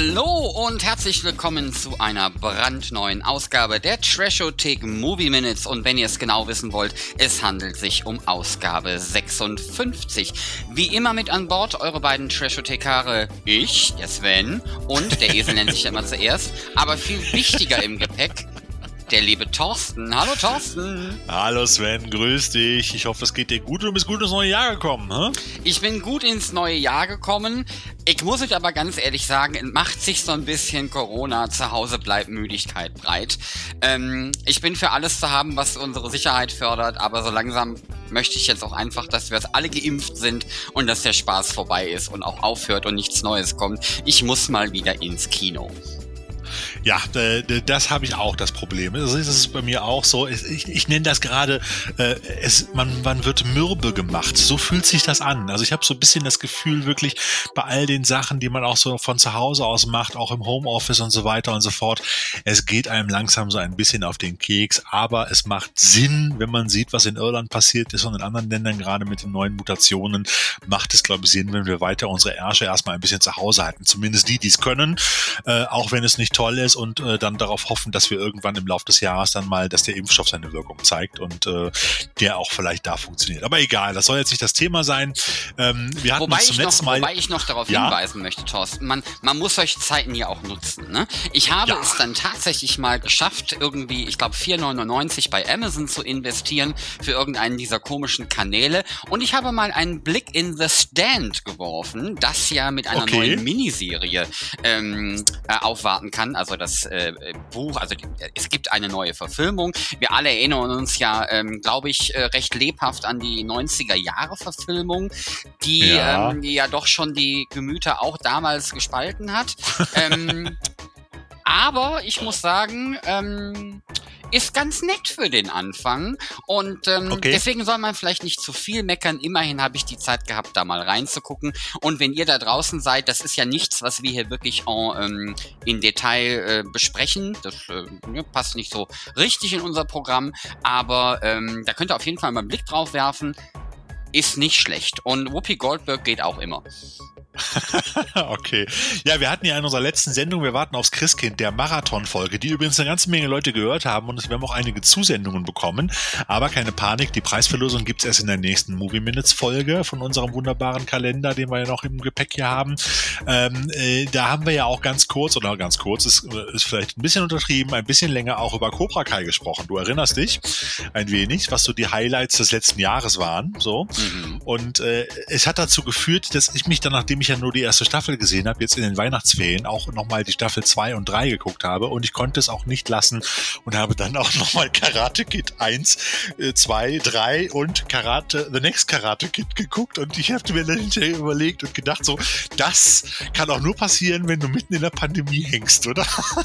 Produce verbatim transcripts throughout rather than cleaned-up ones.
Hallo und herzlich willkommen zu einer brandneuen Ausgabe der Trashothek Movie Minutes. Und wenn ihr es genau wissen wollt, es handelt sich um Ausgabe sechsundfünfzig. Wie immer mit an Bord eure beiden Trashothekare, ich, der Sven, und der Esel nennt sich immer zuerst, aber viel wichtiger im Gepäck, der liebe Thorsten. Hallo Thorsten. Hallo Sven, grüß dich. Ich hoffe, es geht dir gut und du bist gut ins neue Jahr gekommen. Hä? Ich bin gut ins neue Jahr gekommen. Ich muss euch aber ganz ehrlich sagen, macht sich so ein bisschen Corona, zu Hause bleibt Müdigkeit breit. Ähm, ich bin für alles zu haben, was unsere Sicherheit fördert, aber so langsam möchte ich jetzt auch einfach, dass wir jetzt alle geimpft sind und dass der Spaß vorbei ist und auch aufhört und nichts Neues kommt. Ich muss mal wieder ins Kino. Ja, das habe ich auch, das Problem. Das ist bei mir auch so. Ich, ich nenne das gerade, äh, es, man, man wird mürbe gemacht. So fühlt sich das an. Also ich habe so ein bisschen das Gefühl, wirklich bei all den Sachen, die man auch so von zu Hause aus macht, auch im Homeoffice und so weiter und so fort, es geht einem langsam so ein bisschen auf den Keks, aber es macht Sinn, wenn man sieht, was in Irland passiert ist und in anderen Ländern, gerade mit den neuen Mutationen, macht es, glaube ich, Sinn, wenn wir weiter unsere Ärsche erstmal ein bisschen zu Hause halten. Zumindest die, die es können, äh, auch wenn es nicht toll ist, und äh, dann darauf hoffen, dass wir irgendwann im Laufe des Jahres dann mal, dass der Impfstoff seine Wirkung zeigt und äh, der auch vielleicht da funktioniert. Aber egal, das soll jetzt nicht das Thema sein. Ähm, wir hatten wobei, uns zum ich letzten noch, Mal, wobei ich noch darauf ja? hinweisen möchte, Thorsten, man, man muss solche Zeiten ja auch nutzen. Ne? Ich habe Ja. es dann tatsächlich mal geschafft, irgendwie, ich glaube vier neunundneunzig bei Amazon zu investieren für irgendeinen dieser komischen Kanäle, und ich habe mal einen Blick in The Stand geworfen, das ja mit einer Okay. neuen Miniserie ähm, äh, aufwarten kann, also das äh, Buch, also die, es gibt eine neue Verfilmung. Wir alle erinnern uns ja, ähm, glaube ich, äh, recht lebhaft an die neunziger Jahre Verfilmung, die Ja. ähm, die ja doch schon die Gemüter auch damals gespalten hat. ähm, aber ich muss sagen, ähm, ist ganz nett für den Anfang, und ähm, Okay. deswegen soll man vielleicht nicht zu viel meckern. Immerhin habe ich die Zeit gehabt, da mal reinzugucken, und wenn ihr da draußen seid, das ist ja nichts, was wir hier wirklich en, ähm, in Detail äh, besprechen, das äh, ne, passt nicht so richtig in unser Programm, aber ähm, da könnt ihr auf jeden Fall mal einen Blick drauf werfen, ist nicht schlecht, und Whoopi Goldberg geht auch immer. Okay. Ja, wir hatten ja in unserer letzten Sendung, wir warten aufs Christkind, der Marathon-Folge, die übrigens eine ganze Menge Leute gehört haben, und wir haben auch einige Zusendungen bekommen. Aber keine Panik, die Preisverlosung gibt's erst in der nächsten Movie Minutes Folge von unserem wunderbaren Kalender, den wir ja noch im Gepäck hier haben. Ähm, äh, da haben wir ja auch ganz kurz, oder ganz kurz, ist, ist vielleicht ein bisschen untertrieben, ein bisschen länger auch über Cobra Kai gesprochen. Du erinnerst dich ein wenig, was so die Highlights des letzten Jahres waren. So. Mhm. Und äh, es hat dazu geführt, dass ich mich dann, nachdem ich ja nur die erste Staffel gesehen habe, jetzt in den Weihnachtsferien auch nochmal die Staffel zwei und drei geguckt habe, und ich konnte es auch nicht lassen und habe dann auch nochmal Karate Kid eins, zwei, drei und Karate, The Next Karate Kid geguckt, und ich habe mir dann hinterher überlegt und gedacht so, das kann auch nur passieren, wenn du mitten in der Pandemie hängst, oder?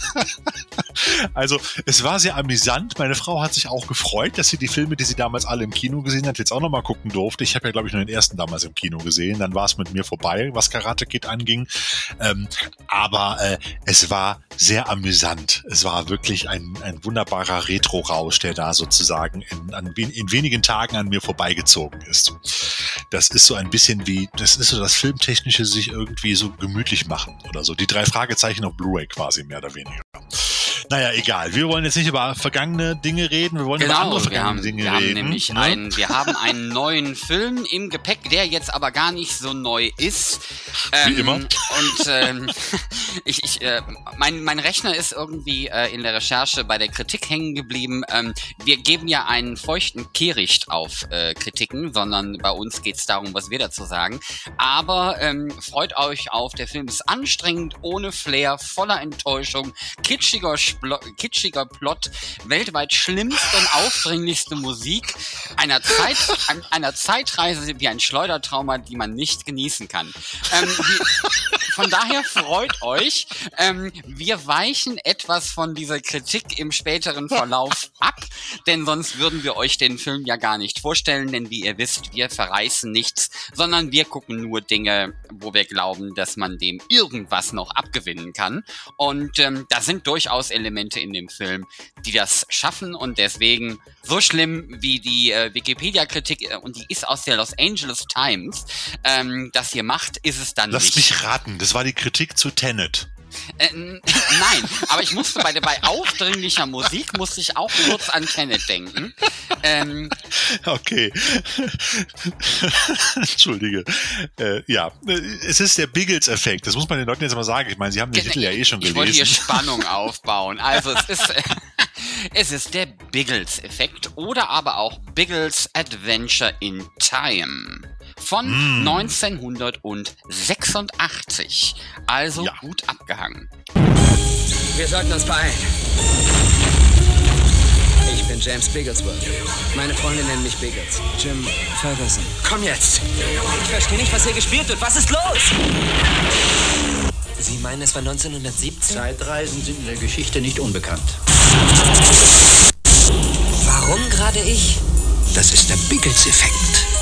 Also es war sehr amüsant, meine Frau hat sich auch gefreut, dass sie die Filme, die sie damals alle im Kino gesehen hat, jetzt auch nochmal gucken durfte. Ich habe ja, glaube ich, nur den ersten damals im Kino gesehen, dann war es mit mir vorbei, was Karate Kid anging. Ähm, aber äh, es war sehr amüsant. Es war wirklich ein, ein wunderbarer Retro-Rausch, der da sozusagen in, an, in wenigen Tagen an mir vorbeigezogen ist. Das ist so ein bisschen wie, das ist so das Filmtechnische, sich irgendwie so gemütlich machen oder so. Die drei Fragezeichen auf Blu-ray quasi, mehr oder weniger. Naja, egal. Wir wollen jetzt nicht über vergangene Dinge reden, wir wollen über andere Genau, wir vergangene haben, Dinge wir haben reden. nämlich ne? einen, wir haben einen neuen Film im Gepäck, der jetzt aber gar nicht so neu ist. Ähm, Wie immer. Und ähm, ich, ich, äh, mein, mein Rechner ist irgendwie äh, in der Recherche bei der Kritik hängen geblieben. Ähm, wir geben ja einen feuchten Kehricht auf äh, Kritiken, sondern bei uns geht es darum, was wir dazu sagen. Aber ähm, freut euch auf, der Film ist anstrengend, ohne Flair, voller Enttäuschung, kitschiger Splo- kitschiger Plot, weltweit schlimmste und aufdringlichste Musik, einer Zeit, ein, einer Zeitreise wie ein Schleudertrauma, die man nicht genießen kann. Ähm, die, von daher freut euch. Ähm, wir weichen etwas von dieser Kritik im späteren Verlauf ab, denn sonst würden wir euch den Film ja gar nicht vorstellen, denn wie ihr wisst, wir verreißen nichts, sondern wir gucken nur Dinge, wo wir glauben, dass man dem irgendwas noch abgewinnen kann. Und ähm, da sind durchaus Elemente in dem Film, die das schaffen, und deswegen so schlimm wie die äh, Wikipedia-Kritik, äh, und die ist aus der Los Angeles Times, ähm, das hier macht, ist es dann Lass nicht. mich raten, das war die Kritik zu Tenet. Äh, n- nein, aber ich musste bei, bei aufdringlicher Musik musste ich auch kurz an Tenet denken. Ähm, Okay. Entschuldige. Äh, ja, es ist der Biggles-Effekt. Das muss man den Leuten jetzt mal sagen. Ich meine, sie haben den Titel ja eh schon ich gelesen. wollte hier Spannung aufbauen. Also es ist, es ist der Biggles-Effekt oder aber auch Biggles Adventure in Time von Mm. neunzehnhundertsechsundachtzig. Also Ja. gut abgehangen. Wir sollten uns beeilen. Ich bin James Bigglesworth. Meine Freunde nennen mich Biggles. Jim Ferguson. Komm jetzt! Ich verstehe nicht, was hier gespielt wird. Was ist los? Sie meinen, es war neunzehnhundertsiebzehn? Zeitreisen sind in der Geschichte nicht unbekannt. Warum gerade ich? Das ist der Biggles-Effekt.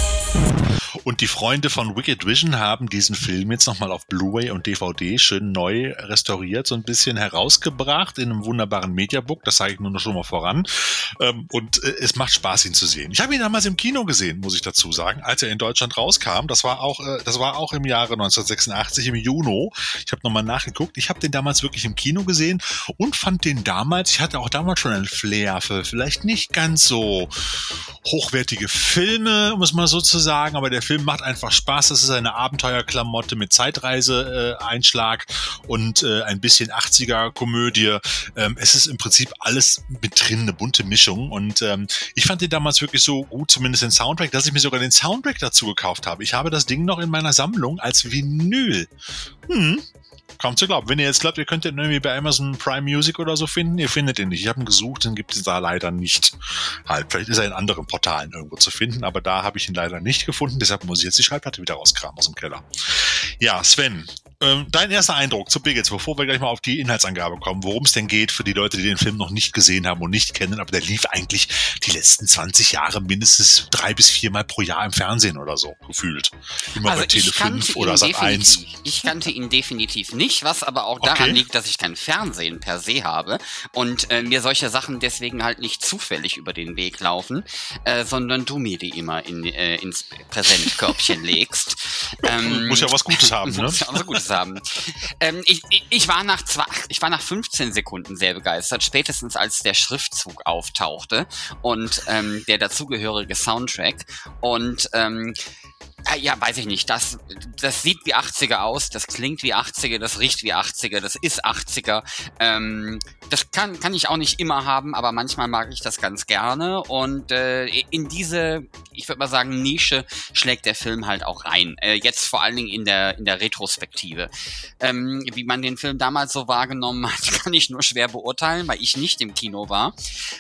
Und die Freunde von Wicked Vision haben diesen Film jetzt nochmal auf Blu-ray und D V D schön neu restauriert, so ein bisschen herausgebracht in einem wunderbaren Mediabook. Das sage ich nur noch schon mal voran. Ähm, und äh, es macht Spaß, ihn zu sehen. Ich habe ihn damals im Kino gesehen, muss ich dazu sagen, als er in Deutschland rauskam. Das war auch, äh, das war auch im Jahre neunzehnhundertsechsundachtzig, im Juni. Ich habe nochmal nachgeguckt. Ich habe den damals wirklich im Kino gesehen und fand den damals, ich hatte auch damals schon einen Flair für vielleicht nicht ganz so hochwertige Filme, um es mal so zu sagen, aber der Film macht einfach Spaß. Das ist eine Abenteuerklamotte mit Zeitreise-Einschlag und äh, ein bisschen achtziger-Komödie. Ähm, es ist im Prinzip alles mit drin, eine bunte Mischung. Und ähm, ich fand den damals wirklich so gut, zumindest den Soundtrack, dass ich mir sogar den Soundtrack dazu gekauft habe. Ich habe das Ding noch in meiner Sammlung als Vinyl. Hm. Kaum zu glauben. Wenn ihr jetzt glaubt, ihr könnt den irgendwie bei Amazon Prime Music oder so finden, ihr findet ihn nicht. Ich habe ihn gesucht, den gibt es da leider nicht. Halt, vielleicht ist er in anderen Portalen irgendwo zu finden, aber da habe ich ihn leider nicht gefunden. Deshalb muss ich jetzt die Schallplatte wieder rauskramen aus dem Keller. Ja, Sven, ähm, dein erster Eindruck zu Biggles, bevor wir gleich mal auf die Inhaltsangabe kommen, worum es denn geht für die Leute, die den Film noch nicht gesehen haben und nicht kennen, aber der lief eigentlich die letzten zwanzig Jahre mindestens drei bis viermal pro Jahr im Fernsehen oder so, gefühlt. Immer Also bei Tele ich kannte fünf ihn oder Sat eins. definitiv. Ich kannte ihn definitiv nicht, was aber auch daran Okay. liegt, dass ich kein Fernsehen per se habe und äh, mir solche Sachen deswegen halt nicht zufällig über den Weg laufen, äh, sondern du mir die immer in, äh, ins Präsentkörbchen legst. Ähm, Muss ja was Gutes haben, ne? Muss ja was Gutes haben. ähm, ich, ich, ich war nach zwei, ich war nach fünfzehn Sekunden sehr begeistert, spätestens als der Schriftzug auftauchte und ähm, der dazugehörige Soundtrack und ähm, ja, weiß ich nicht. Das, das sieht wie achtziger aus, das klingt wie achtziger, das riecht wie achtziger, das ist achtziger. Ähm, das kann, kann ich auch nicht immer haben, aber manchmal mag ich das ganz gerne. Und äh, in diese, ich würde mal sagen, Nische schlägt der Film halt auch rein. Äh, jetzt vor allen Dingen in der, in der Retrospektive. Ähm, wie man den Film damals so wahrgenommen hat, kann ich nur schwer beurteilen, weil ich nicht im Kino war.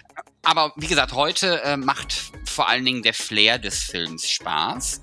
Aber wie gesagt, heute äh, macht vor allen Dingen der Flair des Films Spaß.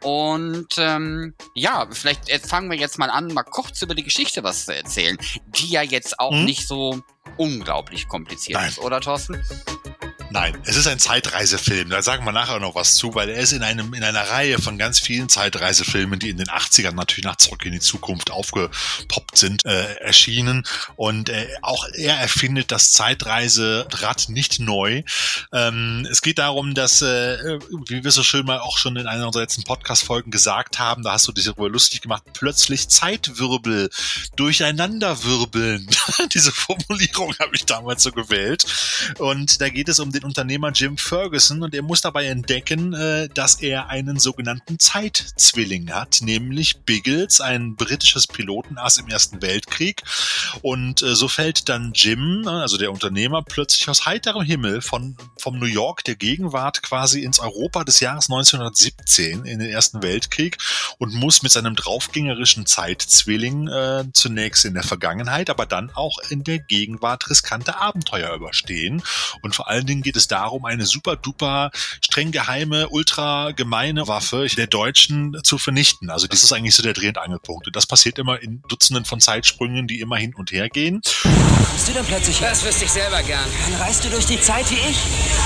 Und ähm, ja, vielleicht jetzt fangen wir jetzt mal an, mal kurz über die Geschichte was zu erzählen, die ja jetzt auch Hm? nicht so unglaublich kompliziert Nein. ist, oder Thorsten? Nein, es ist ein Zeitreisefilm. Da sagen wir nachher noch was zu, weil er ist in einem in einer Reihe von ganz vielen Zeitreisefilmen, die in den achtzigern natürlich nach Zurück in die Zukunft aufgepoppt sind, äh, erschienen. Und äh, auch er erfindet das Zeitreiserad nicht neu. Ähm, es geht darum, dass, äh, wie wir so schön mal auch schon in einer unserer letzten Podcast-Folgen gesagt haben, da hast du dich darüber lustig gemacht, plötzlich Zeitwirbel durcheinanderwirbeln. Diese Formulierung habe ich damals so gewählt. Und da geht es um den Unternehmer Jim Ferguson und er muss dabei entdecken, äh, dass er einen sogenannten Zeitzwilling hat, nämlich Biggles, ein britisches Pilotenass im Ersten Weltkrieg. Und äh, so fällt dann Jim, also der Unternehmer, plötzlich aus heiterem Himmel von vom New York der Gegenwart quasi ins Europa des Jahres neunzehnhundertsiebzehn in den Ersten Weltkrieg und muss mit seinem draufgängerischen Zeitzwilling äh, zunächst in der Vergangenheit, aber dann auch in der Gegenwart riskante Abenteuer überstehen. Und vor allen Dingen geht es darum, eine super duper streng geheime, ultra gemeine Waffe der Deutschen zu vernichten. Also das ist eigentlich so der Dreh- und Angelpunkt. Und das passiert immer in Dutzenden von Zeitsprüngen, die immer hin und her gehen. Kommst du denn plötzlich her? Das wüsste ich selber gern. Dann reist du durch die Zeit wie ich?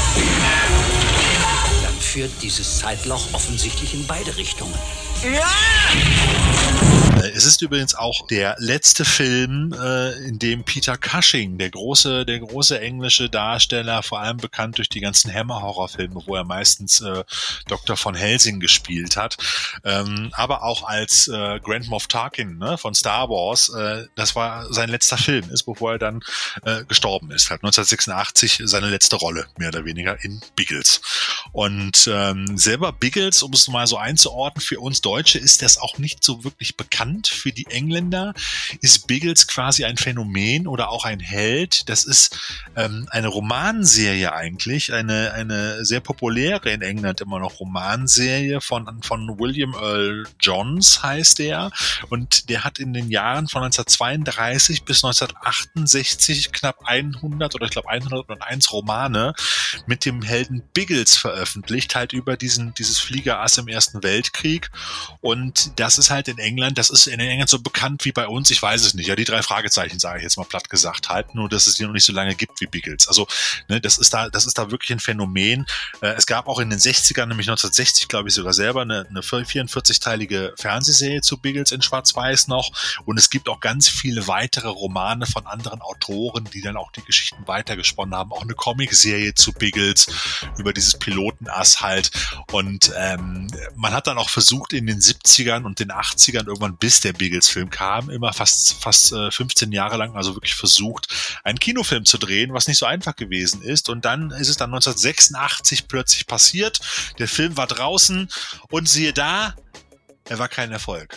Dann führt dieses Zeitloch offensichtlich in beide Richtungen. Äh, es ist übrigens auch der letzte Film, äh, in dem Peter Cushing, der große, der große englische Darsteller, vor allem bekannt durch die ganzen Hammer-Horrorfilme, wo er meistens äh, Doktor von Helsing gespielt hat, ähm, aber auch als äh, Grand Moff Tarkin, ne, von Star Wars. Äh, das war sein letzter Film, ist bevor er dann äh, gestorben ist. Hat neunzehnhundertsechsundachtzig seine letzte Rolle, mehr oder weniger, in Biggles. Und ähm, selber Biggles, um es mal so einzuordnen, für uns Deutsche ist das auch nicht so wirklich bekannt. Für die Engländer ist Biggles quasi ein Phänomen oder auch ein Held. Das ist ähm, eine Romanserie eigentlich, eine eine sehr populäre in England immer noch Romanserie von von William Earl Johns heißt der, und der hat in den Jahren von neunzehnhundertzweiunddreißig bis neunzehnhundertachtundsechzig knapp hundert oder ich glaube hunderteins Romane mit dem Helden Biggles veröffentlicht, halt über diesen dieses Fliegerass im Ersten Weltkrieg. Und das ist halt in England, das ist in England so bekannt wie bei uns, ich weiß es nicht, ja, die drei Fragezeichen sage ich jetzt mal platt gesagt halt, nur dass es die noch nicht so lange gibt wie Biggles. Also, ne, das ist da, das ist da wirklich ein Phänomen. Äh, es gab auch in den sechzigern, nämlich neunzehnhundertsechzig, glaube ich sogar selber, eine, eine vierundvierzigteilige Fernsehserie zu Biggles in Schwarz-Weiß noch. Und es gibt auch ganz viele weitere Romane von anderen Autoren, die dann auch die Geschichten weitergesponnen haben. Auch eine Comicserie zu Biggles über dieses Pilotenass halt. Und ähm, man hat dann auch versucht, in den siebzigern und den achtzigern irgendwann, bis der Biggles-Film kam, immer fast fast äh, fünfzehn Jahre lang, also wirklich versucht, einen Kinofilm zu drehen, was nicht so einfach gewesen ist. Und dann ist es dann neunzehnhundertsechsundachtzig plötzlich passiert. Der Film war draußen und siehe da, er war kein Erfolg.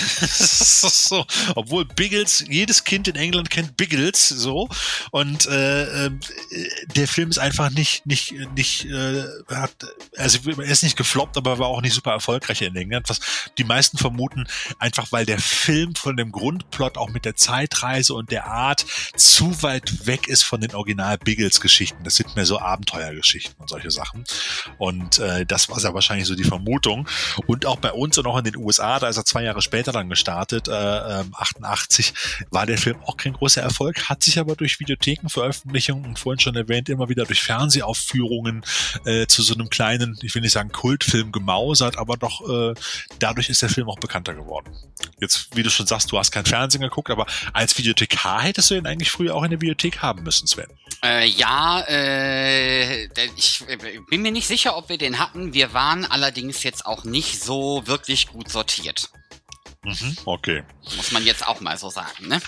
So, obwohl Biggles, jedes Kind in England kennt Biggles so, und äh, äh, der Film ist einfach nicht nicht nicht äh, hat, also er ist nicht gefloppt, aber war auch nicht super erfolgreich in England, was die meisten vermuten, einfach weil der Film von dem Grundplot auch mit der Zeitreise und der Art zu weit weg ist von den Original Biggles Geschichten. Das sind mehr so Abenteuergeschichten und solche Sachen, und äh, das war ja wahrscheinlich so die Vermutung. Und auch bei uns und auch in den U S A, da ist er zwei Jahre später später dann gestartet, äh, achtundachtzig, war der Film auch kein großer Erfolg, hat sich aber durch Videothekenveröffentlichungen und vorhin schon erwähnt, immer wieder durch Fernsehaufführungen äh, zu so einem kleinen, ich will nicht sagen Kultfilm gemausert, aber doch äh, dadurch ist der Film auch bekannter geworden. Jetzt, wie du schon sagst, du hast kein Fernsehen geguckt, aber als Videothekar hättest du ihn eigentlich früher auch in der Videothek haben müssen, Sven. Äh, ja, äh, ich bin mir nicht sicher, ob wir den hatten. Wir waren allerdings jetzt auch nicht so wirklich gut sortiert. Mhm, okay. Muss man jetzt auch mal so sagen, ne?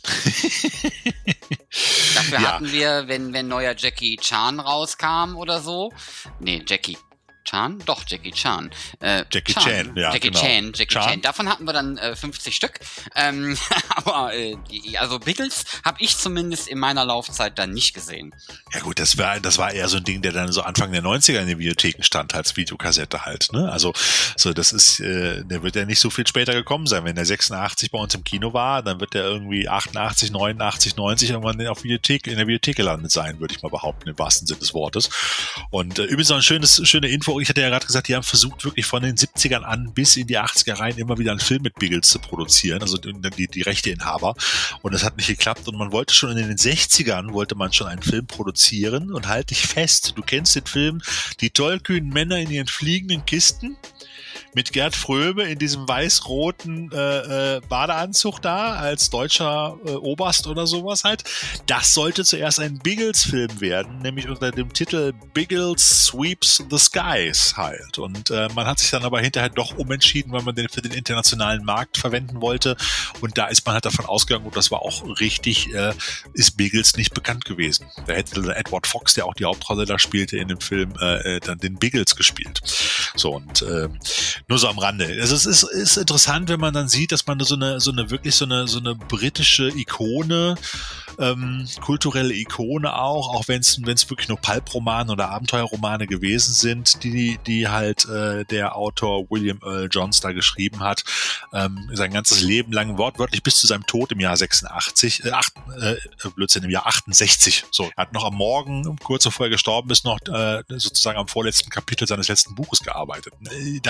Dafür ja. hatten wir, wenn, wenn neuer Jackie Chan rauskam oder so. Nee, Jackie Chan? Doch, Jackie Chan. Äh, Jackie Chan, Chan, ja, Jackie genau. Chan, Jackie Chan. Chan. Davon hatten wir dann äh, fünfzig Stück. Ähm, aber, äh, die, also Biggles habe ich zumindest in meiner Laufzeit dann nicht gesehen. Ja gut, das war, das war eher so ein Ding, der dann so Anfang der neunziger in den Videotheken stand, als Videokassette halt, ne? Also, so, das ist, äh, der wird ja nicht so viel später gekommen sein. Wenn der sechsundachtzig bei uns im Kino war, dann wird der irgendwie achtundachtzig, neunundachtzig, neunzig irgendwann auf Videothek, in der Videothek gelandet sein, würde ich mal behaupten, im wahrsten Sinne des Wortes. Und äh, übrigens noch ein schönes, schöne Info. Ich hatte ja gerade gesagt, die haben versucht, wirklich von den siebzigern an bis in die achtziger rein immer wieder einen Film mit Biggles zu produzieren, also die, die Rechteinhaber. Und das hat nicht geklappt. Und man wollte schon in den sechzigern, wollte man schon einen Film produzieren. Und halt dich fest, du kennst den Film, die tollkühnen Männer in ihren fliegenden Kisten, mit Gerd Fröbe in diesem weiß-roten äh, äh, Badeanzug da, als deutscher äh, Oberst oder sowas halt. Das sollte zuerst ein Biggles-Film werden, nämlich unter dem Titel Biggles Sweeps the Skies halt. Und äh, man hat sich dann aber hinterher doch umentschieden, weil man den für den internationalen Markt verwenden wollte. Und da ist man halt davon ausgegangen, und das war auch richtig, äh, ist Biggles nicht bekannt gewesen. Da hätte Edward Fox, der auch die Hauptrolle da spielte in dem Film, äh, dann den Biggles gespielt. So, und äh, nur so am Rande. Also es ist, ist interessant, wenn man dann sieht, dass man so eine, so eine wirklich so eine, so eine britische Ikone, ähm, kulturelle Ikone auch, auch wenn es, wenn es wirklich nur Pulp-Romane oder Abenteuerromane gewesen sind, die, die halt äh, der Autor William Earl Johns da geschrieben hat, ähm, sein ganzes Leben lang, wortwörtlich bis zu seinem Tod im Jahr sechsundachtzig, äh, acht, äh, Blödsinn, im Jahr achtundsechzig. So, er hat noch am Morgen, kurz bevor er gestorben ist, noch äh, sozusagen am vorletzten Kapitel seines letzten Buches gearbeitet. Da ist es schon interessant,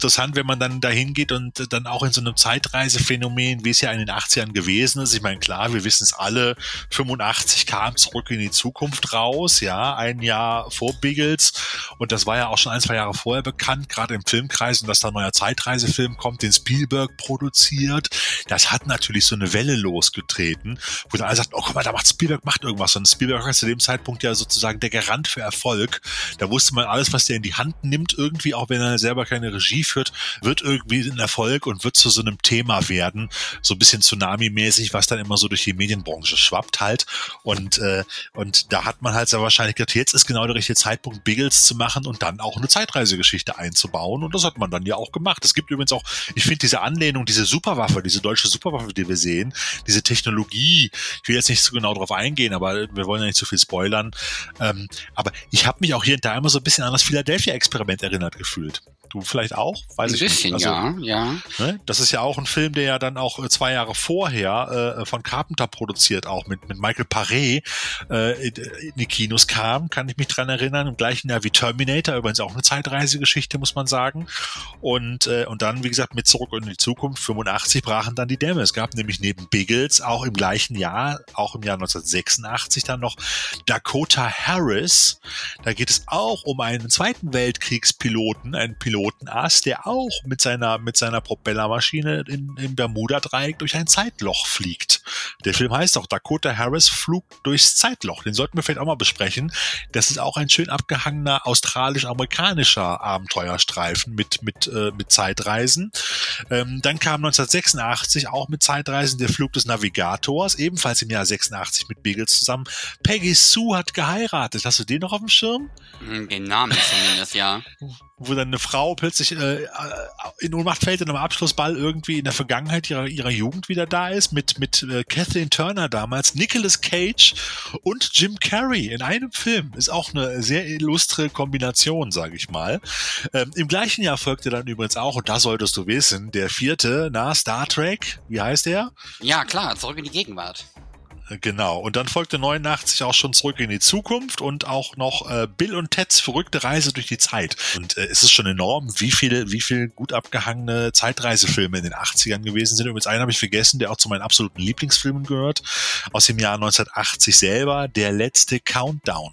interessant, wenn man dann dahin geht und dann auch in so einem Zeitreisephänomen, wie es ja in den achtzigern gewesen ist. Ich meine, klar, wir wissen es alle, fünfundachtzig kam Zurück in die Zukunft raus, ja, ein Jahr vor Biggles. Und das war ja auch schon ein, zwei Jahre vorher bekannt, gerade im Filmkreis, dass da ein neuer Zeitreisefilm kommt, den Spielberg produziert. Das hat natürlich so eine Welle losgetreten, wo dann alle sagt, oh, guck mal, da macht Spielberg, macht irgendwas. Und Spielberg war zu dem Zeitpunkt ja sozusagen der Garant für Erfolg. Da wusste man, alles, was der in die Hand nimmt, irgendwie, auch wenn er selber keine Regie führt, wird irgendwie ein Erfolg und wird zu so einem Thema werden. So ein bisschen Tsunami-mäßig, was dann immer so durch die Medienbranche schwappt halt. Und, äh, und da hat man halt sehr wahrscheinlich gedacht, jetzt ist genau der richtige Zeitpunkt, Biggles zu machen und dann auch eine Zeitreisegeschichte einzubauen. Und das hat man dann ja auch gemacht. Es gibt übrigens auch, ich finde diese Anlehnung, diese Superwaffe, diese deutsche Superwaffe, die wir sehen, diese Technologie, ich will jetzt nicht so genau drauf eingehen, aber wir wollen ja nicht zu viel spoilern. Ähm, aber ich habe mich auch hier und da immer so ein bisschen an das Philadelphia-Experiment erinnert gefühlt. Du vielleicht auch? Weiß ein ich bisschen, nicht. Also, ja, ja. Ne? Das ist ja auch ein Film, der ja dann auch äh, zwei Jahre vorher äh, von Carpenter produziert, auch mit mit Michael Paré äh, in, in die Kinos kam, kann ich mich dran erinnern, im gleichen Jahr wie Terminator, übrigens auch eine Zeitreisegeschichte, muss man sagen. Und äh, und dann, wie gesagt, mit Zurück in die Zukunft, fünfundachtzig, brachen dann die Dämme. Es gab nämlich neben Biggles auch im gleichen Jahr, auch im Jahr neunzehnhundertsechsundachtzig dann noch Dakota Harris. Da geht es auch um einen Zweiten Weltkriegspiloten, einen Piloten, Pilotenass, der auch mit seiner mit seiner Propellermaschine in, im Bermuda-Dreieck durch ein Zeitloch fliegt. Der Film heißt auch Dakota Harris Flug durchs Zeitloch. Den sollten wir vielleicht auch mal besprechen. Das ist auch ein schön abgehangener australisch-amerikanischer Abenteuerstreifen mit mit äh, mit Zeitreisen. Ähm, dann kam neunzehnhundertsechsundachtzig auch mit Zeitreisen der Flug des Navigators, ebenfalls im Jahr sechsundachtzig mit Biggles zusammen. Peggy Sue hat geheiratet. Hast du den noch auf dem Schirm? Den Namen zumindest, ja. Wo dann eine Frau plötzlich äh, in Ohnmacht fällt und am Abschlussball irgendwie in der Vergangenheit ihrer, ihrer Jugend wieder da ist, mit mit äh, Kathleen Turner damals, Nicolas Cage und Jim Carrey in einem Film. Ist auch eine sehr illustre Kombination, sage ich mal. Ähm, im gleichen Jahr folgte dann übrigens auch, und das solltest du wissen, der vierte, na, Star Trek, wie heißt der? Ja, klar, Zurück in die Gegenwart. Genau, und dann folgte neunundachtzig auch schon Zurück in die Zukunft und auch noch äh, Bill und Teds verrückte Reise durch die Zeit. Und äh, es ist schon enorm, wie viel, wie viel gut abgehangene Zeitreisefilme in den achtzigern gewesen sind. Übrigens einen habe ich vergessen, der auch zu meinen absoluten Lieblingsfilmen gehört, aus dem Jahr neunzehnhundertachtzig selber, Der letzte Countdown,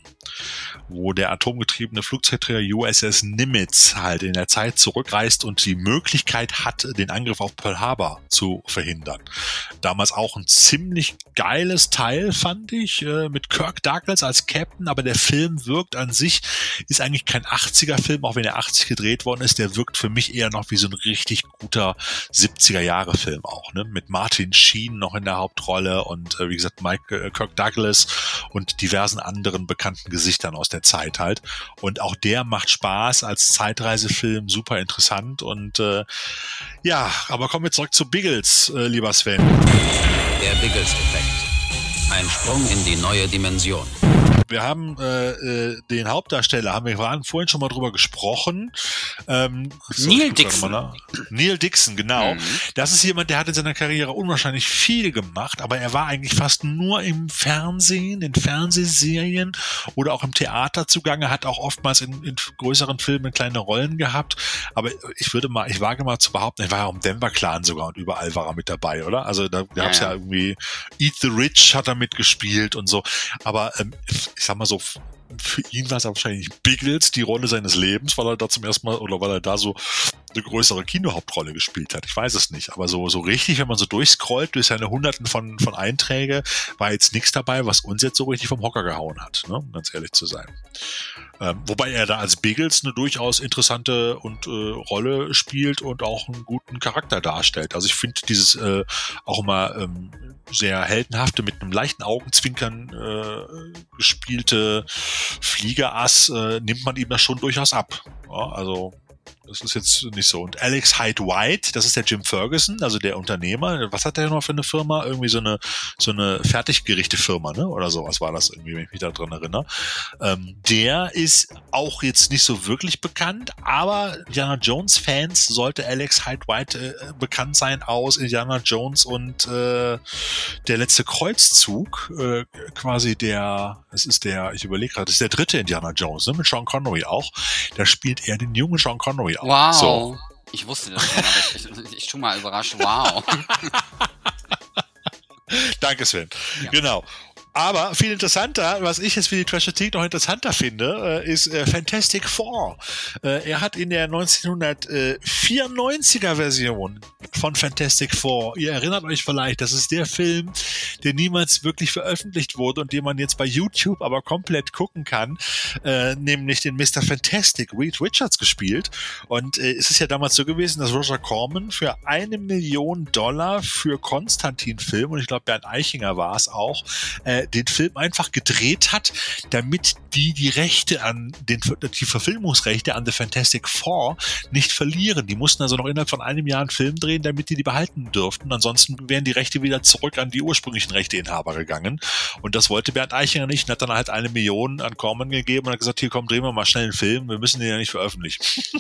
wo der atomgetriebene Flugzeugträger U S S Nimitz halt in der Zeit zurückreist und die Möglichkeit hat, den Angriff auf Pearl Harbor zu verhindern. Damals auch ein ziemlich geiles Teil, fand ich, äh, mit Kirk Douglas als Captain, aber der Film wirkt an sich, ist eigentlich kein achtziger-Film, auch wenn er achtzig gedreht worden ist, der wirkt für mich eher noch wie so ein richtig guter siebziger-Jahre-Film auch, ne? Mit Martin Sheen noch in der Hauptrolle und äh, wie gesagt Mike, äh, Kirk Douglas und diversen anderen bekannten Gesichtern aus der Zeit halt. Und auch der macht Spaß als Zeitreisefilm, super interessant und äh, ja, aber kommen wir zurück zu Biggles, äh, lieber Sven. Der Biggles-Effekt. Ein Sprung in die neue Dimension. Wir haben äh, äh, den Hauptdarsteller, haben wir waren vorhin schon mal drüber gesprochen. Ähm, so, Neil Dixon. Neil Dixon, genau. Mhm. Das ist jemand, der hat in seiner Karriere unwahrscheinlich viel gemacht, aber er war eigentlich fast nur im Fernsehen, in Fernsehserien oder auch im Theater zugange, hat auch oftmals in, in größeren Filmen kleine Rollen gehabt. Aber ich würde mal, ich wage mal zu behaupten, er war ja auch im Denver Clan sogar und überall war er mit dabei, oder? Also da gab es ja, ja irgendwie Eat the Rich hat er mitgespielt und so. Aber ähm, ich sag mal so, für ihn war es wahrscheinlich Biggles die Rolle seines Lebens, weil er da zum ersten Mal oder weil er da so eine größere Kinohauptrolle gespielt hat. Ich weiß es nicht, aber so so richtig, wenn man so durchscrollt durch seine Hunderten von von Einträge, war jetzt nichts dabei, was uns jetzt so richtig vom Hocker gehauen hat, ne? Um ganz ehrlich zu sein. Ähm, wobei er da als Biggles eine durchaus interessante und äh, Rolle spielt und auch einen guten Charakter darstellt. Also ich finde dieses äh, auch immer ähm, sehr heldenhafte, mit einem leichten Augenzwinkern äh, gespielte Fliegerass äh, nimmt man ihm das schon durchaus ab. Ja, also das ist jetzt nicht so. Und Alex Hyde White, das ist der Jim Ferguson, also der Unternehmer. Was hat der noch für eine Firma? Irgendwie so eine so eine Fertiggerichte-Firma, ne? Oder sowas war das irgendwie, wenn ich mich da dran erinnere. Ähm, der ist auch jetzt nicht so wirklich bekannt, aber Indiana Jones-Fans sollte Alex Hyde White äh, bekannt sein aus Indiana Jones und äh, der letzte Kreuzzug, äh, quasi der, es ist der, ich überlege gerade, das ist der dritte Indiana Jones, ne? Mit Sean Connery auch. Da spielt er den jungen Sean Connery. Wow. So. Ich wusste das schon, aber ich, ich, ich tu mal überrascht. Wow. Danke, Sven. Ja. Genau. Aber viel interessanter, was ich jetzt für die Trashothek noch interessanter finde, äh, ist äh, Fantastic Four. Äh, er hat in der neunzehnhundertvierundneunziger Version von Fantastic Four, ihr erinnert euch vielleicht, das ist der Film, der niemals wirklich veröffentlicht wurde und den man jetzt bei YouTube aber komplett gucken kann, äh, nämlich den Mister Fantastic, Reed Richards gespielt. Und äh, es ist ja damals so gewesen, dass Roger Corman für eine Million Dollar für Konstantin-Film, und ich glaube Bernd Eichinger war es auch, äh, den Film einfach gedreht hat, damit die die Rechte an den, die Verfilmungsrechte an The Fantastic Four nicht verlieren. Die mussten also noch innerhalb von einem Jahr einen Film drehen, damit die die behalten dürften. Ansonsten wären die Rechte wieder zurück an die ursprünglichen Rechteinhaber gegangen. Und das wollte Bernd Eichinger nicht und hat dann halt eine Million an Corman gegeben und hat gesagt, hier komm, drehen wir mal schnell einen Film, wir müssen den ja nicht veröffentlichen.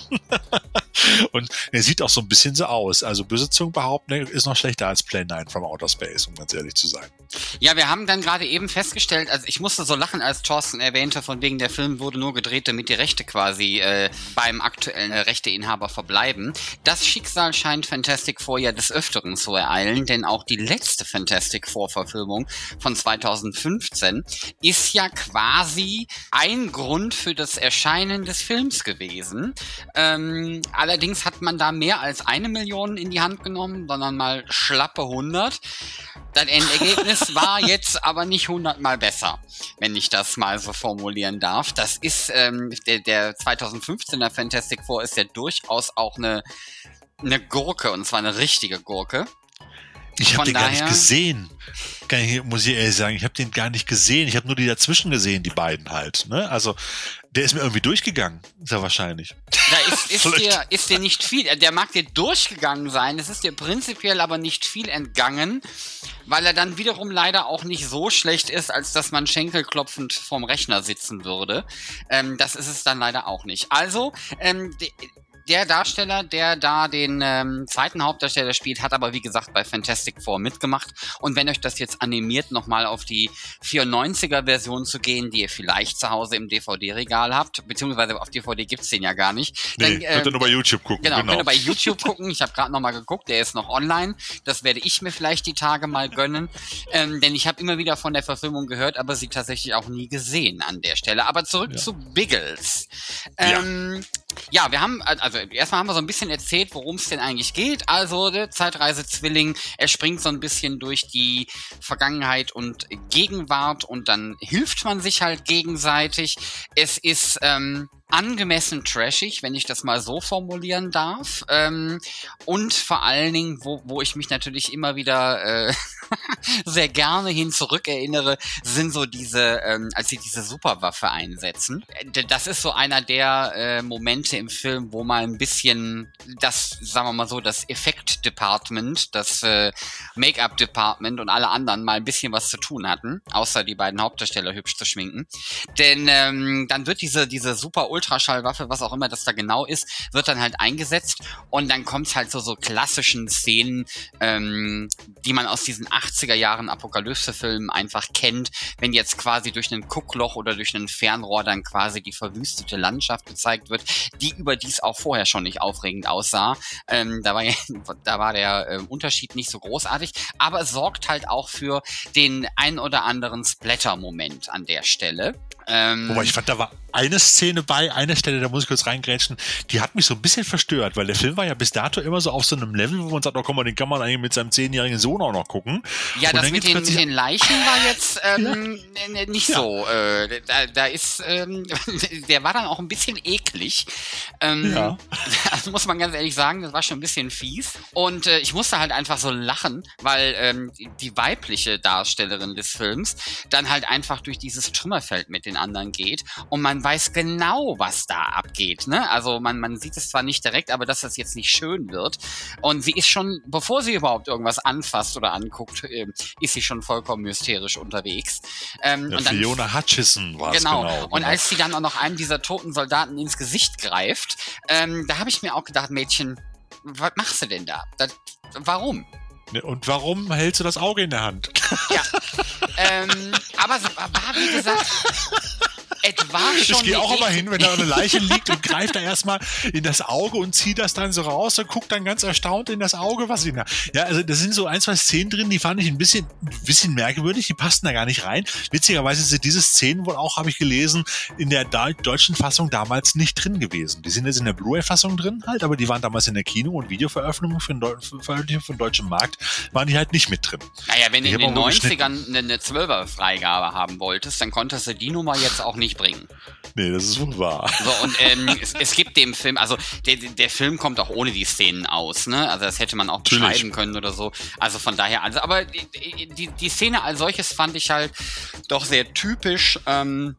Und er sieht auch so ein bisschen so aus. Also böse Zungen behaupten, er ist noch schlechter als Plan neun from Outer Space, um ganz ehrlich zu sein. Ja, wir haben dann gerade eben festgestellt, also ich musste so lachen, als Thorsten erwähnte, von wegen der Film wurde nur gedreht, damit die Rechte quasi äh, beim aktuellen äh, Rechteinhaber verbleiben. Das Schicksal scheint Fantastic Four ja des Öfteren zu ereilen, denn auch die letzte Fantastic Four-Verfilmung von zweitausendfünfzehn ist ja quasi ein Grund für das Erscheinen des Films gewesen. Ähm, allerdings hat man da mehr als eine Million in die Hand genommen, sondern mal schlappe hundert. Das Endergebnis war jetzt aber nicht hundertmal besser, wenn ich das mal so formulieren darf. Das ist, ähm, der, der zweitausendfünfzehner Fantastic Four ist ja durchaus auch eine, eine Gurke, und zwar eine richtige Gurke. Ich habe den daher, gar nicht gesehen. Kann ich, muss ich ehrlich sagen, ich habe den gar nicht gesehen. Ich habe nur die dazwischen gesehen, die beiden halt. Ne? Also der ist mir irgendwie durchgegangen, sehr wahrscheinlich. Da ist, ist, dir, ist dir nicht viel, der mag dir durchgegangen sein, es ist dir prinzipiell aber nicht viel entgangen, weil er dann wiederum leider auch nicht so schlecht ist, als dass man schenkelklopfend vorm Rechner sitzen würde. Ähm, das ist es dann leider auch nicht. Also, ähm, die, der Darsteller, der da den ähm, zweiten Hauptdarsteller spielt, hat aber wie gesagt bei Fantastic Four mitgemacht. Und wenn euch das jetzt animiert, nochmal auf die vierundneunziger Version zu gehen, die ihr vielleicht zu Hause im D V D-Regal habt, beziehungsweise auf D V D gibt's den ja gar nicht. Nee, dann, ähm, könnt ihr nur bei YouTube gucken. Genau, genau. könnt ihr bei YouTube gucken. Ich habe gerade nochmal geguckt, der ist noch online. Das werde ich mir vielleicht die Tage mal gönnen. Ähm, denn ich habe immer wieder von der Verfilmung gehört, aber sie tatsächlich auch nie gesehen an der Stelle. Aber zurück ja. zu Biggles. Ähm, ja. ja, wir haben, also erstmal haben wir so ein bisschen erzählt, worum es denn eigentlich geht. Also der Zeitreise-Zwilling, er springt so ein bisschen durch die Vergangenheit und Gegenwart und dann hilft man sich halt gegenseitig. Es ist ähm, angemessen trashig, wenn ich das mal so formulieren darf. Ähm, und vor allen Dingen, wo, wo ich mich natürlich immer wieder äh, sehr gerne hin zurückerinnere, sind so diese, ähm, als sie diese Superwaffe einsetzen. Das ist so einer der äh, Momente im Film, wo mal ein bisschen das, sagen wir mal so, das Effekt-Department, das äh, Make-up-Department und alle anderen mal ein bisschen was zu tun hatten, außer die beiden Hauptdarsteller hübsch zu schminken. Denn ähm, dann wird diese, diese super Ultraschallwaffe, was auch immer das da genau ist, wird dann halt eingesetzt und dann kommt es halt zu so klassischen Szenen, ähm, die man aus diesen achtziger Jahren Apokalypse-Filmen einfach kennt, wenn jetzt quasi durch ein Guckloch oder durch ein Fernrohr dann quasi die verwüstete Landschaft gezeigt wird, die überdies auch vorher schon nicht aufregend aussah. Ähm, da war ja, da war der äh, Unterschied nicht so großartig, aber es sorgt halt auch für den ein oder anderen Splatter-Moment an der Stelle. Ähm, Wobei ich fand, da war eine Szene bei, eine Stelle, da muss ich kurz reingrätschen, die hat mich so ein bisschen verstört, weil der Film war ja bis dato immer so auf so einem Level, wo man sagt, oh komm mal, den kann man eigentlich mit seinem zehnjährigen Sohn auch noch gucken. Ja, und das mit den, mit den Leichen war jetzt ähm, ja. nicht ja. so. Äh, da, da ist, ähm, der war dann auch ein bisschen eklig. Ähm, ja. Das muss man ganz ehrlich sagen, das war schon ein bisschen fies. Und äh, ich musste halt einfach so lachen, weil ähm, die, die weibliche Darstellerin des Films dann halt einfach durch dieses Trümmerfeld mit den anderen geht und man weiß genau, was da abgeht. Ne? Also man, man sieht es zwar nicht direkt, aber dass das jetzt nicht schön wird. Und sie ist schon, bevor sie überhaupt irgendwas anfasst oder anguckt, äh, ist sie schon vollkommen hysterisch unterwegs. Ähm, ja, und dann, Fiona Hutchison war es genau. genau. genau. Und als sie dann auch noch einem dieser toten Soldaten ins Gesicht greift, ähm, da habe ich mir auch gedacht, Mädchen, was machst du denn da? Das, warum? Und warum hältst du das Auge in der Hand? Ja, ähm, aber so, war wie gesagt, Es war schon Ich gehe auch eine immer echt- hin, wenn da eine Leiche liegt und greift da erstmal in das Auge und zieht das dann so raus und guckt dann ganz erstaunt in das Auge, was ihn da. Ja, also da sind so ein, zwei Szenen drin, die fand ich ein bisschen, ein bisschen merkwürdig, die passten da gar nicht rein. Witzigerweise sind diese Szenen wohl auch, habe ich gelesen, in der da- deutschen Fassung damals nicht drin gewesen. Die sind jetzt in der Blu-ray-Fassung drin halt, aber die waren damals in der Kino- und Videoveröffentlichung für den, Deu- für Veröffentlichung für den deutschen Markt, waren die halt nicht mit drin. Naja, wenn du Die in haben den auch wohl neunzigern eine, eine zwölfer-Freigabe haben wolltest, dann konntest du die Nummer jetzt auch nicht bringen. Nee, das ist wohl wahr. So, und ähm, es, es gibt dem Film, also der, der Film kommt auch ohne die Szenen aus, ne? Also das hätte man auch Natürlich. beschreiben können oder so. Also von daher, also, aber die, die, die Szene als solches fand ich halt doch sehr typisch, ähm,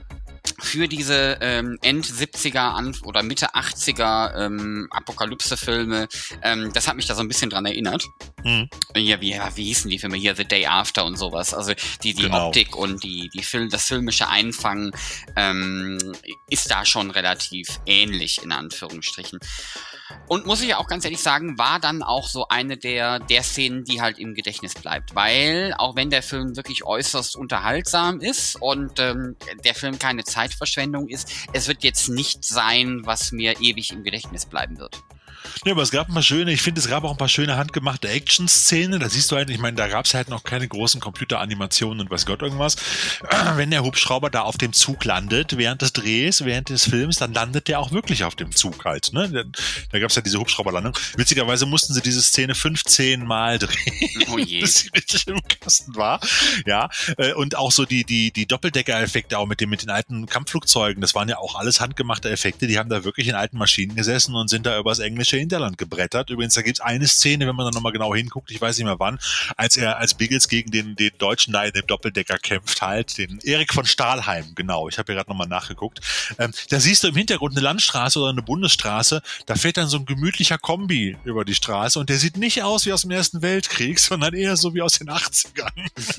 für diese ähm, End-siebziger an oder Mitte achtziger ähm, Apokalypse-Filme. Ähm, das hat mich da so ein bisschen dran erinnert. Mhm. Ja, wie, ja, wie hießen die Filme hier? The Day After und sowas. Also die, die Genau. Optik und die, die Film, das filmische Einfangen ähm, ist da schon relativ ähnlich, in Anführungsstrichen. Und muss ich auch ganz ehrlich sagen, war dann auch so eine der, der Szenen, die halt im Gedächtnis bleibt. Weil, auch wenn der Film wirklich äußerst unterhaltsam ist und ähm, der Film keine Zeitverschwendung ist, es wird jetzt nicht sein, was mir ewig im Gedächtnis bleiben wird. Ja, aber es gab ein paar schöne, ich finde, es gab auch ein paar schöne handgemachte Action-Szenen. Da siehst du halt, ich meine, da gab es halt noch keine großen Computeranimationen und weiß Gott irgendwas. Wenn der Hubschrauber da auf dem Zug landet, während des Drehs, während des Films, dann landet der auch wirklich auf dem Zug halt. Ne? Da, da gab es ja diese Hubschrauberlandung. Witzigerweise mussten sie diese Szene fünfzehn Mal drehen, Oh je. bis sie richtig im Kasten war. Ja, äh, und auch so die, die, die Doppeldecker-Effekte auch mit, dem, mit den alten Kampfflugzeugen, das waren ja auch alles handgemachte Effekte. Die haben da wirklich in alten Maschinen gesessen und sind da übers englische Hinterland gebrettert. Übrigens, da gibt's eine Szene, wenn man da nochmal genau hinguckt, ich weiß nicht mehr wann, als er als Biggles gegen den, den Deutschen da in dem Doppeldecker kämpft halt, den Erik von Stahlheim, genau, ich habe ja gerade nochmal nachgeguckt. Ähm, da siehst du im Hintergrund eine Landstraße oder eine Bundesstraße, da fährt dann so ein gemütlicher Kombi über die Straße und der sieht nicht aus wie aus dem Ersten Weltkrieg, sondern eher so wie aus den achtzigern.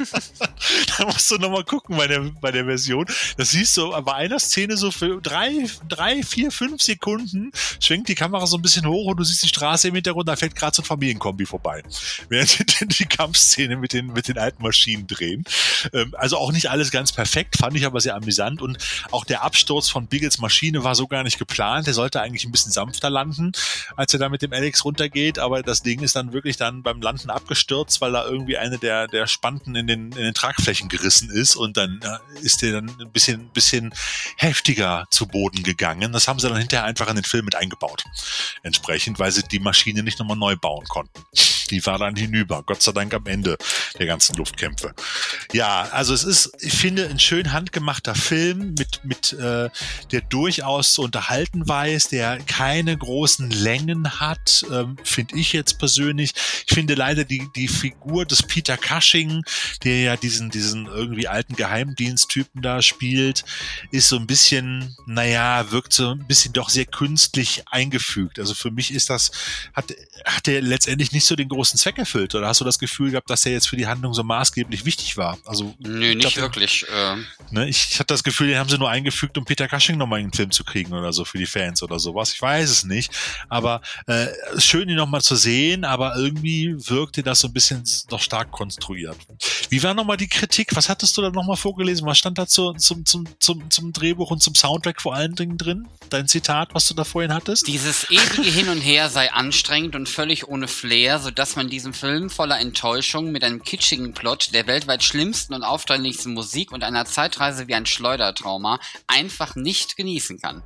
Da musst du nochmal gucken bei der, bei der Version. Das siehst du bei einer Szene so für drei, drei, vier, fünf Sekunden schwenkt die Kamera so ein bisschen hoch und du siehst die Straße im Hintergrund, da fährt gerade so ein Familienkombi vorbei. Während die, die Kampfszene mit den, mit den alten Maschinen drehen. Ähm, also auch nicht alles ganz perfekt, fand ich aber sehr amüsant und auch der Absturz von Biggles Maschine war so gar nicht geplant. Der sollte eigentlich ein bisschen sanfter landen, als er da mit dem Alex runtergeht, aber das Ding ist dann wirklich dann beim Landen abgestürzt, weil da irgendwie eine der, der Spanten in den, in den Tragflächen gerissen ist und dann äh, ist der dann ein bisschen, bisschen heftiger zu Boden gegangen. Das haben sie dann hinterher einfach in den Film mit eingebaut. Entsprechend, weil sie die Maschine nicht nochmal neu bauen konnten. Die war dann hinüber. Gott sei Dank am Ende der ganzen Luftkämpfe. Ja, also es ist, ich finde, ein schön handgemachter Film mit, mit äh, der durchaus zu unterhalten weiß, der keine großen Längen hat, ähm, finde ich jetzt persönlich. Ich finde leider die, die Figur des Peter Cushing, der ja diesen, diesen irgendwie alten Geheimdiensttypen da spielt, ist so ein bisschen, naja, wirkt so ein bisschen doch sehr künstlich eingefügt. Also für mich ist das, hat, hat der letztendlich nicht so den großen Zweck erfüllt. Oder hast du das Gefühl gehabt, dass der jetzt für die Handlung so maßgeblich wichtig war? Also, Nö, nicht glaub, wirklich. Äh, ne, ich, ich hatte das Gefühl, den haben sie nur eingefügt, um Peter Cushing nochmal in den Film zu kriegen oder so für die Fans oder sowas. Ich weiß es nicht. Aber äh, schön, ihn nochmal zu sehen, aber irgendwie wirkte das so ein bisschen doch stark konstruiert. Wie war nochmal die Kritik? Was hattest du da nochmal vorgelesen? Was stand da zu, zum, zum, zum, zum Drehbuch und zum Soundtrack vor allen Dingen drin? Dein Zitat, was du da vorhin hattest? Dieses ewige Hin und Her sei anstrengend und völlig ohne Flair, sodass man diesen Film voller Enttäuschung mit einem kitschigen Plot, der weltweit schlimmsten und aufdringlichsten Musik und einer Zeitreise wie ein Schleudertrauma einfach nicht genießen kann.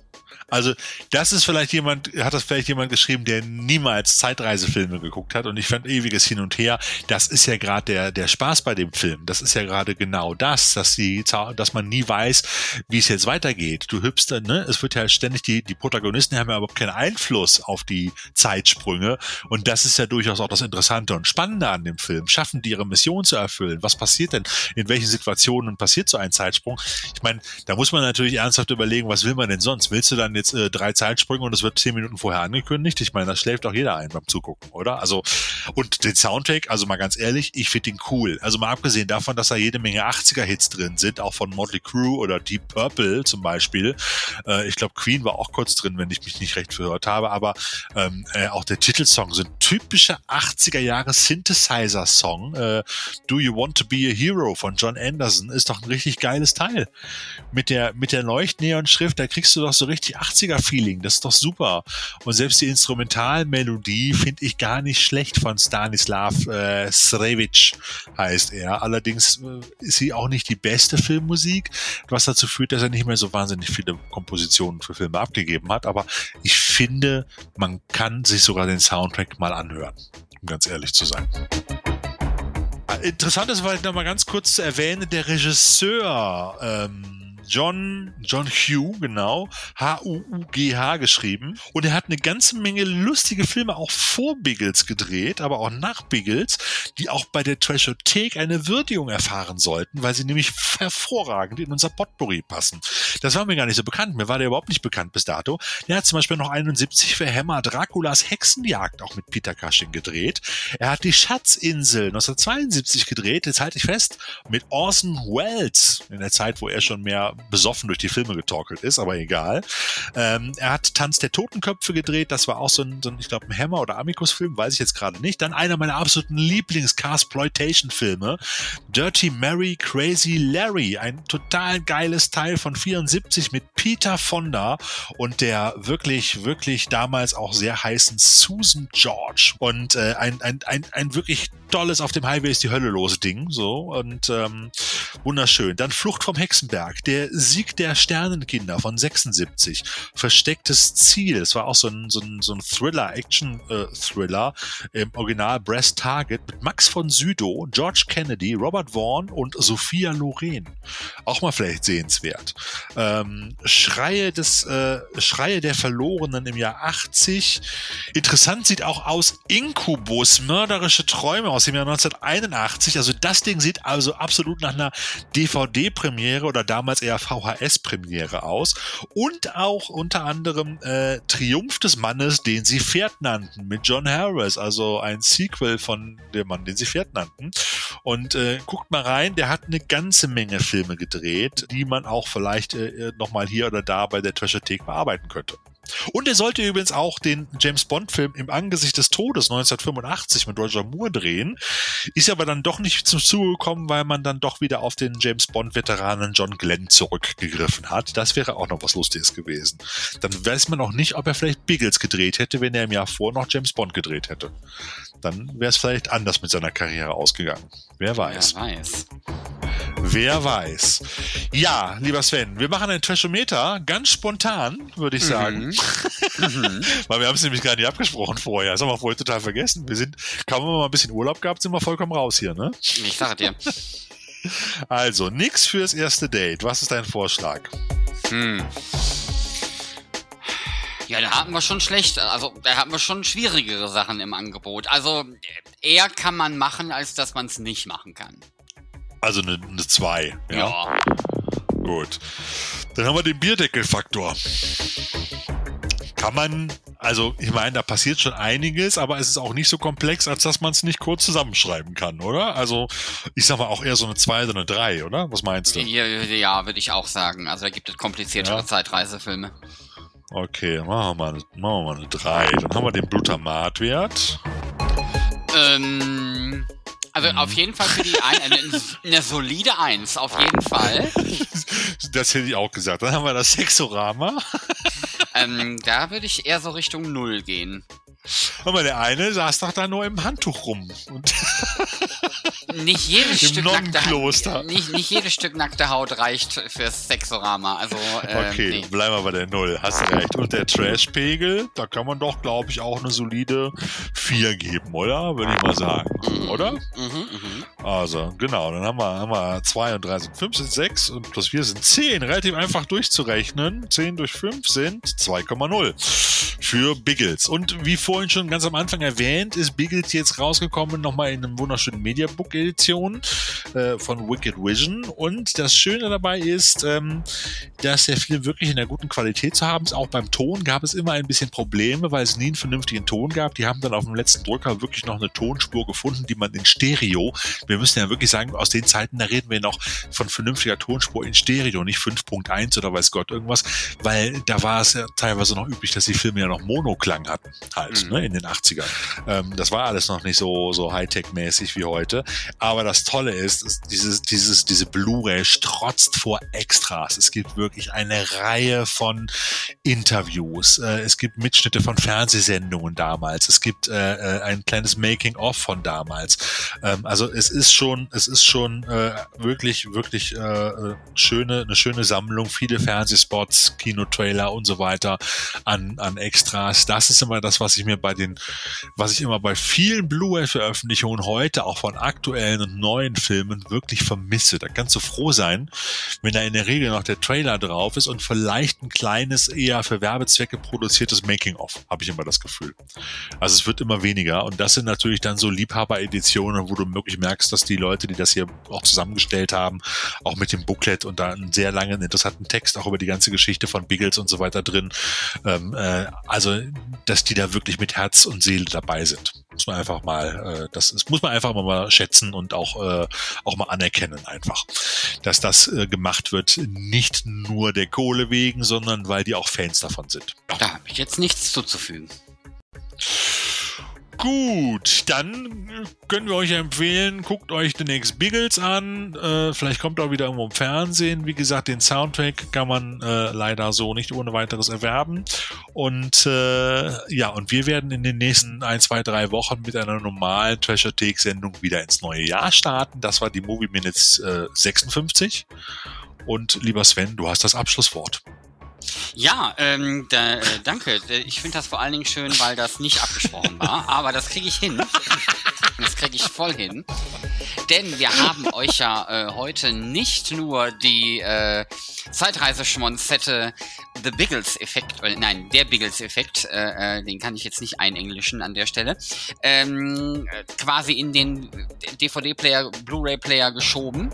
Also das ist vielleicht jemand, hat das vielleicht jemand geschrieben, der niemals Zeitreisefilme geguckt hat und ich fand ewiges Hin und Her, das ist ja gerade der der Spaß bei dem Film, das ist ja gerade genau das, dass die, dass man nie weiß, wie es jetzt weitergeht. Du hüpfst dann, ne, es wird ja ständig, die die Protagonisten haben ja überhaupt keinen Einfluss auf die Zeitsprünge und das ist ja durchaus auch das Interessante und Spannende an dem Film. Schaffen die ihre Mission zu erfüllen? Was passiert denn? In welchen Situationen passiert so ein Zeitsprung? Ich meine, da muss man natürlich ernsthaft überlegen, was will man denn sonst? Willst du dann dann jetzt äh, drei Zeitsprünge und es wird zehn Minuten vorher angekündigt. Ich meine, das schläft auch jeder ein beim Zugucken, oder? Also, und den Soundtrack, also mal ganz ehrlich, ich finde ihn cool. Also mal abgesehen davon, dass da jede Menge achtziger-Hits drin sind, auch von Motley Crue oder Deep Purple zum Beispiel. Äh, ich glaube, Queen war auch kurz drin, wenn ich mich nicht recht verhört habe, aber ähm, äh, auch der Titelsong sind typische achtziger-Jahre-Synthesizer-Song. Äh, Do You Want to Be a Hero von John Anderson ist doch ein richtig geiles Teil. Mit der, mit der Leuchtneon-Schrift, da kriegst du doch so richtig achtziger-Feeling. Das ist doch super. Und selbst die Instrumentalmelodie finde ich gar nicht schlecht von Stanislav äh, Srevic, heißt er. Allerdings äh, ist sie auch nicht die beste Filmmusik, was dazu führt, dass er nicht mehr so wahnsinnig viele Kompositionen für Filme abgegeben hat. Aber ich finde, man kann sich sogar den Soundtrack mal anhören, um ganz ehrlich zu sein. Interessant ist, weil ich noch mal ganz kurz zu erwähnen, der Regisseur ähm, John, John Hugh, genau, H U U G H geschrieben. Und er hat eine ganze Menge lustige Filme auch vor Biggles gedreht, aber auch nach Biggles, die auch bei der Trashothek eine Würdigung erfahren sollten, weil sie nämlich hervorragend in unser Potpourri passen. Das war mir gar nicht so bekannt. Mir war der überhaupt nicht bekannt bis dato. Der hat zum Beispiel noch einundsiebzig für Hammer Draculas Hexenjagd auch mit Peter Cushing gedreht. Er hat die Schatzinsel neunzehnhundertzweiundsiebzig gedreht, jetzt halte ich fest, mit Orson Welles, in der Zeit, wo er schon mehr besoffen durch die Filme getorkelt ist, aber egal. Ähm, er hat Tanz der Totenköpfe gedreht, das war auch so ein, so ein ich glaube, ein Hammer- oder Amicus-Film, weiß ich jetzt gerade nicht. Dann einer meiner absoluten Lieblings-Carsploitation-Filme, Dirty Mary, Crazy Larry, ein total geiles Teil von vierundsiebzig mit Peter Fonda und der wirklich, wirklich damals auch sehr heißen Susan George und äh, ein, ein, ein, ein wirklich tolles Auf dem Highway ist die Hölle los Ding, so, und ähm, wunderschön. Dann Flucht vom Hexenberg, der Sieg der Sternenkinder von sechsundsiebzig, Verstecktes Ziel, es war auch so ein, so ein, so ein Thriller, Action-Thriller, äh, im Original Brass Target mit Max von Sydow, George Kennedy, Robert Vaughn und Sophia Loren. Auch mal vielleicht sehenswert. Ähm, Schreie des, äh, Schreie der Verlorenen im Jahr achtzig. Interessant sieht auch aus Incubus, mörderische Träume aus dem Jahr neunzehnhunderteinundachtzig. Also das Ding sieht also absolut nach einer D V D-Premiere oder damals eher V H S-Premiere aus. Und auch unter anderem äh, Triumph des Mannes, den sie Pferd nannten, mit John Harris, also ein Sequel von dem Mann, den sie Pferd nannten. Und äh, guckt mal rein, der hat eine ganze Menge Filme gedreht, die man auch vielleicht äh, nochmal hier oder da bei der Trashothek bearbeiten könnte. Und er sollte übrigens auch den James-Bond-Film Im Angesicht des Todes neunzehnhundertfünfundachtzig mit Roger Moore drehen, ist aber dann doch nicht zum Zuge gekommen, weil man dann doch wieder auf den James-Bond-Veteranen John Glenn zurückgegriffen hat. Das wäre auch noch was Lustiges gewesen. Dann weiß man auch nicht, ob er vielleicht Biggles gedreht hätte, wenn er im Jahr vor noch James Bond gedreht hätte. Dann wäre es vielleicht anders mit seiner Karriere ausgegangen. Wer weiß. Wer weiß. Wer weiß. Ja, lieber Sven, wir machen ein Trashometer, ganz spontan, würde ich sagen. Mhm. Weil wir haben es nämlich gar nicht abgesprochen vorher. Das haben wir vorher total vergessen. Wir sind, kaum haben wir mal ein bisschen Urlaub gehabt, sind wir vollkommen raus hier, ne? Ich sage dir. Also, nix fürs erste Date. Was ist dein Vorschlag? Hm. Ja, da hatten wir schon schlecht, also da hatten wir schon schwierigere Sachen im Angebot. Also eher kann man machen, als dass man es nicht machen kann. Also eine, eine zwei. Ja? Ja. Gut. Dann haben wir den Bierdeckelfaktor. Kann man, also ich meine, da passiert schon einiges, aber es ist auch nicht so komplex, als dass man es nicht kurz zusammenschreiben kann, oder? Also ich sag mal auch eher so eine zwei oder eine drei, oder? Was meinst du? Ja, ja, würde ich auch sagen. Also da gibt es kompliziertere Ja. Zeitreisefilme. Okay, machen wir mal, machen wir mal eine drei. Dann haben wir den Glutamatwert. Ähm, also auf jeden Fall für die ein, eine, eine solide Eins, auf jeden Fall. Das hätte ich auch gesagt. Dann haben wir das Sexorama. Ähm, da würde ich eher so Richtung Null gehen. Aber der eine saß doch da nur im Handtuch rum. Und Nicht jedes Im Stück nackte Nonnenkloster. nicht, nicht jedes Stück nackte Haut reicht fürs Sexorama. Also, ähm, okay, nee. bleiben wir bei der Null. Hast recht. Und der Trashpegel, da kann man doch, glaube ich, auch eine solide vier geben, oder? Würde ich mal sagen. Mhm. Oder? Mhm, mhm. Also, genau. Dann haben wir, haben wir zwei und drei sind fünf, sind sechs und plus vier sind zehn. Relativ einfach durchzurechnen. zehn durch fünf sind zwei Komma null für Biggles. Und wie vorhin schon ganz am Anfang erwähnt, ist Biggles jetzt rausgekommen, nochmal in einem wunderschönen Mediabook Steelbook-Edition äh, von Wicked Vision. Und das Schöne dabei ist, ähm, dass der Film wirklich in der guten Qualität zu haben ist. Auch beim Ton gab es immer ein bisschen Probleme, weil es nie einen vernünftigen Ton gab. Die haben dann auf dem letzten Drücker wirklich noch eine Tonspur gefunden, die man in Stereo, wir müssen ja wirklich sagen, aus den Zeiten, da reden wir noch von vernünftiger Tonspur in Stereo, nicht fünf Punkt eins oder weiß Gott irgendwas, weil da war es ja teilweise noch üblich, dass die Filme ja noch Monoklang hatten, halt, mhm. ne, in den achtzigern. Ähm, das war alles noch nicht so, so Hightech-mäßig wie heute. Aber das Tolle ist, ist dieses, dieses, diese Blu-ray strotzt vor Extras. Es gibt wirklich eine Reihe von Interviews. Äh, es gibt Mitschnitte von Fernsehsendungen damals. Es gibt äh, ein kleines Making-of von damals. Ähm, also es ist schon, es ist schon äh, wirklich, wirklich äh, schöne, eine schöne Sammlung, viele Fernsehspots, Kinotrailer und so weiter an, an Extras. Das ist immer das, was ich mir bei den, was ich immer bei vielen Blu-ray-Veröffentlichungen heute auch von aktuellen und neuen Filmen wirklich vermisse. Da kannst du froh sein, wenn da in der Regel noch der Trailer drauf ist und vielleicht ein kleines, eher für Werbezwecke produziertes Making-of, habe ich immer das Gefühl. Also es wird immer weniger und das sind natürlich dann so Liebhaber-Editionen, wo du wirklich merkst, dass die Leute, die das hier auch zusammengestellt haben, auch mit dem Booklet und da einen sehr langen, interessanten Text auch über die ganze Geschichte von Biggles und so weiter drin, ähm, äh, also dass die da wirklich mit Herz und Seele dabei sind. Muss man einfach mal, äh, das ist, muss man einfach mal schätzen und auch, äh, auch mal anerkennen einfach, dass das äh, gemacht wird, nicht nur der Kohle wegen, sondern weil die auch Fans davon sind. Da habe ich jetzt nichts zuzufügen. Gut, dann können wir euch empfehlen, guckt euch The Next Biggles an, äh, vielleicht kommt auch wieder irgendwo im Fernsehen. Wie gesagt, den Soundtrack kann man äh, leider so nicht ohne weiteres erwerben. Und äh, ja, und wir werden in den nächsten ein, zwei, drei Wochen mit einer normalen Treasure-Take-Sendung wieder ins neue Jahr starten. Das war die Movie Minutes äh, sechsundfünfzig. Und lieber Sven, du hast das Abschlusswort. Ja, ähm, da, äh, danke. Ich finde das vor allen Dingen schön, weil das nicht abgesprochen war. Aber das kriege ich hin. Das kriege ich voll hin. Denn wir haben euch ja äh, heute nicht nur die äh, Zeitreiseschmonzette The Biggles-Effekt, äh, nein, der Biggles-Effekt, äh, äh, den kann ich jetzt nicht einenglischen an der Stelle, ähm, quasi in den D V D-Player, Blu-ray-Player geschoben,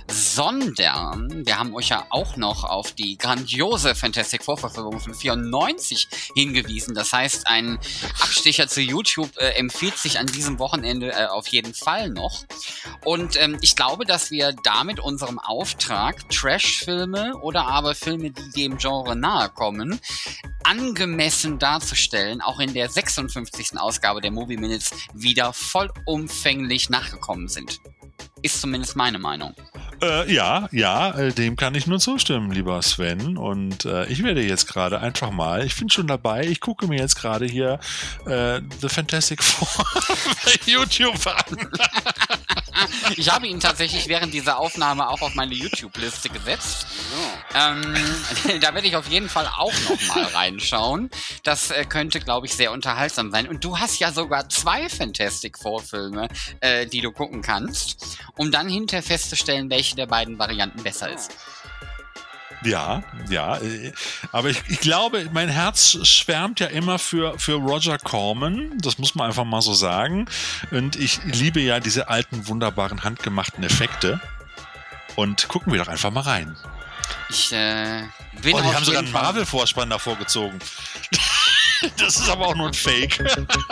sondern wir haben euch ja auch noch auf die grandiose Fantastic Four-Verfilmung von vierundneunzig hingewiesen. Das heißt, ein Abstecher zu YouTube äh, empfiehlt sich an diesem Wochenende äh, auf jeden Fall noch. Und ähm, ich glaube, dass wir damit unserem Auftrag, Trash-Filme oder aber Filme, die dem Genre nahe kommen, angemessen darzustellen, auch in der sechsundfünfzigsten Ausgabe der Movie Minutes wieder vollumfänglich nachgekommen sind. Ist zumindest meine Meinung. Äh, ja, ja, äh, dem kann ich nur zustimmen, lieber Sven. Und äh, ich werde jetzt gerade einfach mal, ich bin schon dabei, ich gucke mir jetzt gerade hier äh, The Fantastic Four bei YouTube an. Ich habe ihn tatsächlich während dieser Aufnahme auch auf meine YouTube-Liste gesetzt. Ähm, da werde ich auf jeden Fall auch noch mal reinschauen. Das äh, könnte, glaube ich, sehr unterhaltsam sein. Und du hast ja sogar zwei Fantastic Four-Filme, äh, die du gucken kannst, um dann hinterher festzustellen, welche der beiden Varianten besser ist. Ja, ja, aber ich, ich glaube, mein Herz schwärmt ja immer für, für Roger Corman, das muss man einfach mal so sagen. Und ich liebe ja diese alten, wunderbaren, handgemachten Effekte. Und gucken wir doch einfach mal rein. Ich äh, bin oh, die auf haben sogar einen Fall Marvel-Vorspann davor gezogen. Das ist aber auch nur ein Fake.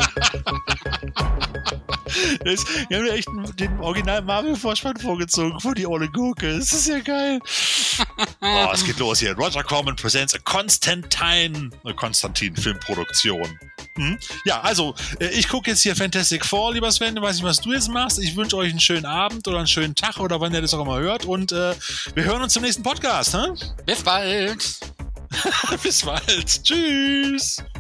Das, die haben ja echt den original Marvel-Vorspann vorgezogen vor die olle Gurke. Das ist ja geil. Oh, es geht los hier. Roger Corman presents a Constantine, eine Konstantin-Filmproduktion. Hm? Ja, also, ich gucke jetzt hier Fantastic Four, lieber Sven. Ich weiß nicht, was du jetzt machst. Ich wünsche euch einen schönen Abend oder einen schönen Tag oder wann ihr das auch immer hört. Und äh, wir hören uns zum nächsten Podcast. Ne? Bis bald. Bis bald. Tschüss.